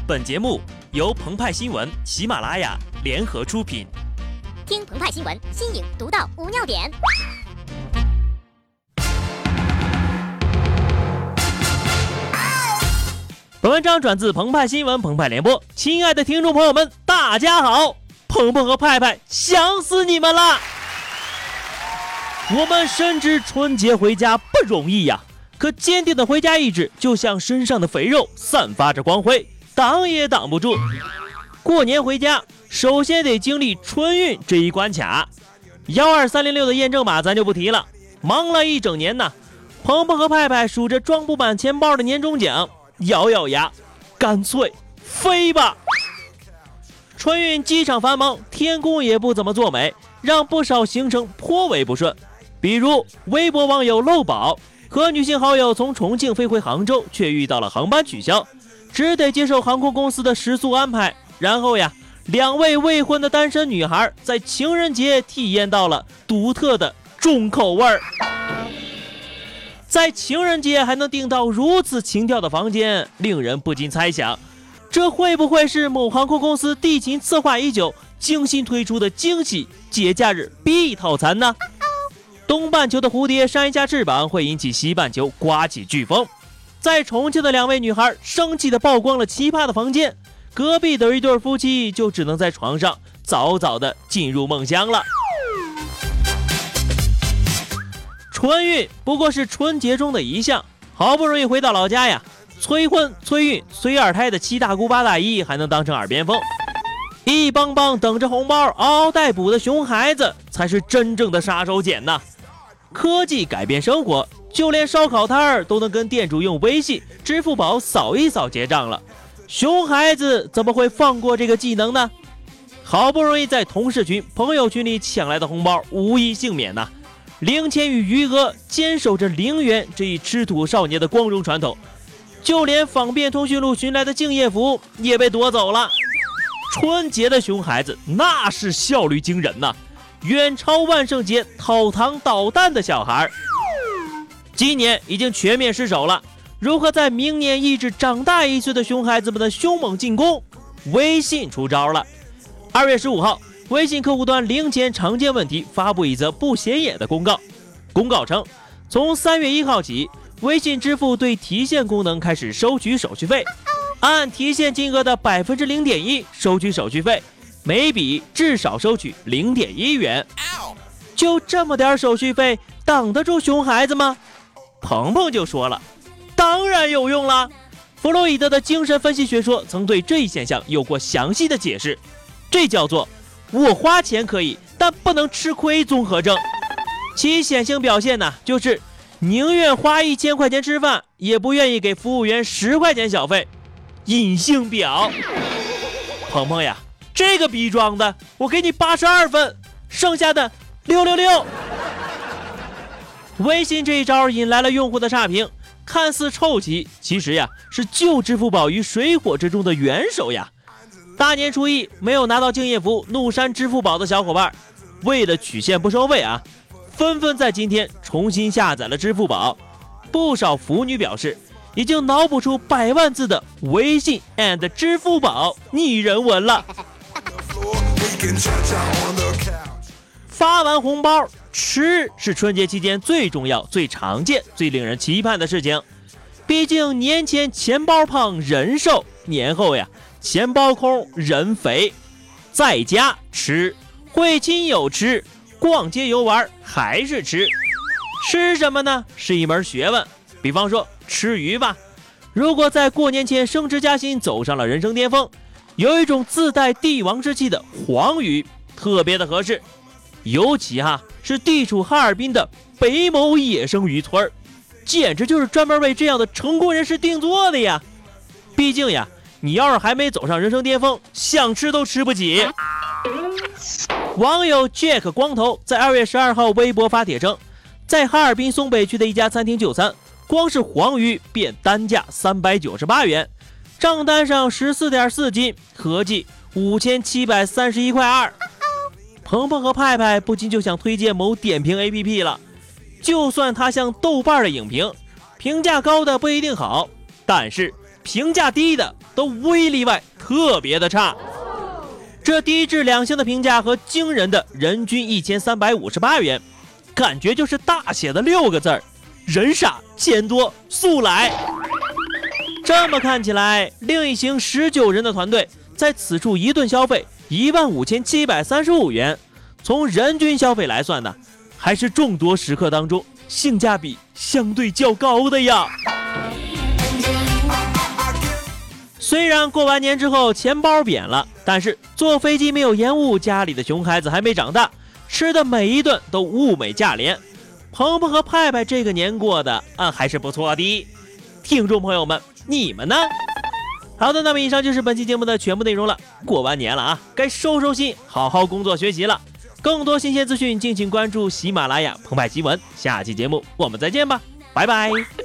本节目由澎湃新闻、喜马拉雅联合出品。 听澎湃新闻，新颖独到，无尿点。 本文章转自澎湃新闻澎湃联播。亲爱的听众朋友们，大家好，鹏鹏和派派想死你们了。我们深知春节回家不容易呀，可坚定的回家意志就像身上的肥肉，散发着光辉，挡也挡不住。过年回家，首先得经历春运这一关卡。12306的验证码咱就不提了，忙了一整年呢。鹏鹏和派派数着装不满钱包的年终奖，咬咬牙，干脆飞吧。春运机场繁忙，天公也不怎么作美，让不少行程颇为不顺。比如微博网友漏宝和女性好友从重庆飞回杭州，却遇到了航班取消，只得接受航空公司的食宿安排。然后呀，两位未婚的单身女孩在情人节体验到了独特的重口味儿。在情人节还能订到如此情调的房间，令人不禁猜想，这会不会是某航空公司地勤策划已久、精心推出的惊喜节假日必套餐呢？东半球的蝴蝶扇一下翅膀，会引起西半球刮起飓风。在重庆的两位女孩生气地曝光了奇葩的房间，隔壁的一对夫妻就只能在床上早早地进入梦乡了。春运不过是春节中的一项，好不容易回到老家呀，催婚、催孕、催二胎的七大姑八大姨还能当成耳边风，一帮帮等着红包嗷嗷待哺的熊孩子才是真正的杀手锏呢。科技改变生活，就连烧烤摊儿都能跟店主用微信、支付宝扫一扫结账了，熊孩子怎么会放过这个技能呢？好不容易在同事群、朋友群里抢来的红包无一幸免呐。零钱与余额坚守着0元这一吃土少年的光荣传统，就连访遍通讯录寻来的敬业福也被夺走了。春节的熊孩子那是效率惊人呐，远超万圣节讨糖捣蛋的小孩。今年已经全面失守了，如何在明年抑制长大1岁的熊孩子们的凶猛进攻？微信出招了。2月15号，微信客户端零钱常见问题发布一则不显眼的公告。公告称，从3月1号起，微信支付对提现功能开始收取手续费，按提现金额的 0.1% 收取手续费，每笔至少收取 0.1元。就这么点手续费挡得住熊孩子吗？鹏鹏就说了，当然有用了。弗洛伊德的精神分析学说曾对这一现象有过详细的解释，这叫做我花钱可以，但不能吃亏综合症。其显性表现呢，就是宁愿花1000块钱吃饭，也不愿意给服务员10块钱小费。隐性表。鹏鹏呀，这个逼装的，我给你82分，剩下的666。微信这一招引来了用户的差评，看似臭棋，其实呀是救支付宝于水火之中的元首呀。大年初一没有拿到敬业福怒删支付宝的小伙伴，为了曲线不收费啊，纷纷在今天重新下载了支付宝。不少腐女表示，已经脑补出100万字的微信 and 支付宝拟人文了。发完红包，吃是春节期间最重要、最常见、最令人期盼的事情。毕竟年前钱包胖人瘦，年后呀钱包空人肥。在家吃，会亲友吃，逛街游玩还是吃。吃什么呢？是一门学问。比方说吃鱼吧，如果在过年前升职加薪，走上了人生巅峰，有一种自带帝王之气的黄鱼特别的合适。尤其是地处哈尔滨的北某野生鱼村，简直就是专门为这样的成功人士定做的呀。毕竟呀，你要是还没走上人生巅峰，想吃都吃不起。网友 Jack 光头在2月12号微博发帖称，在哈尔滨松北区的一家餐厅就餐，光是黄鱼便单价398元，账单上14.4斤，合计5731.2块。鹏鹏和派派不禁就想推荐某点评 APP 了，就算它像豆瓣的影评，评价高的不一定好，但是评价低的都无一例外特别的差。这低至2星的评价和惊人的人均1358元，感觉就是大写的6个字儿：人傻钱多速来。这么看起来，另一行19人的团队在此处一顿消费15735元，从人均消费来算呢，还是众多食客当中性价比相对较高的呀。虽然过完年之后钱包扁了，但是坐飞机没有延误，家里的熊孩子还没长大，吃的每一顿都物美价廉。鹏鹏和派派这个年过的还是不错的。听众朋友们，你们呢？好的，那么以上就是本期节目的全部内容了。过完年了啊，该收收心，好好工作学习了。更多新鲜资讯敬请关注喜马拉雅澎湃新闻。下期节目我们再见吧，拜拜。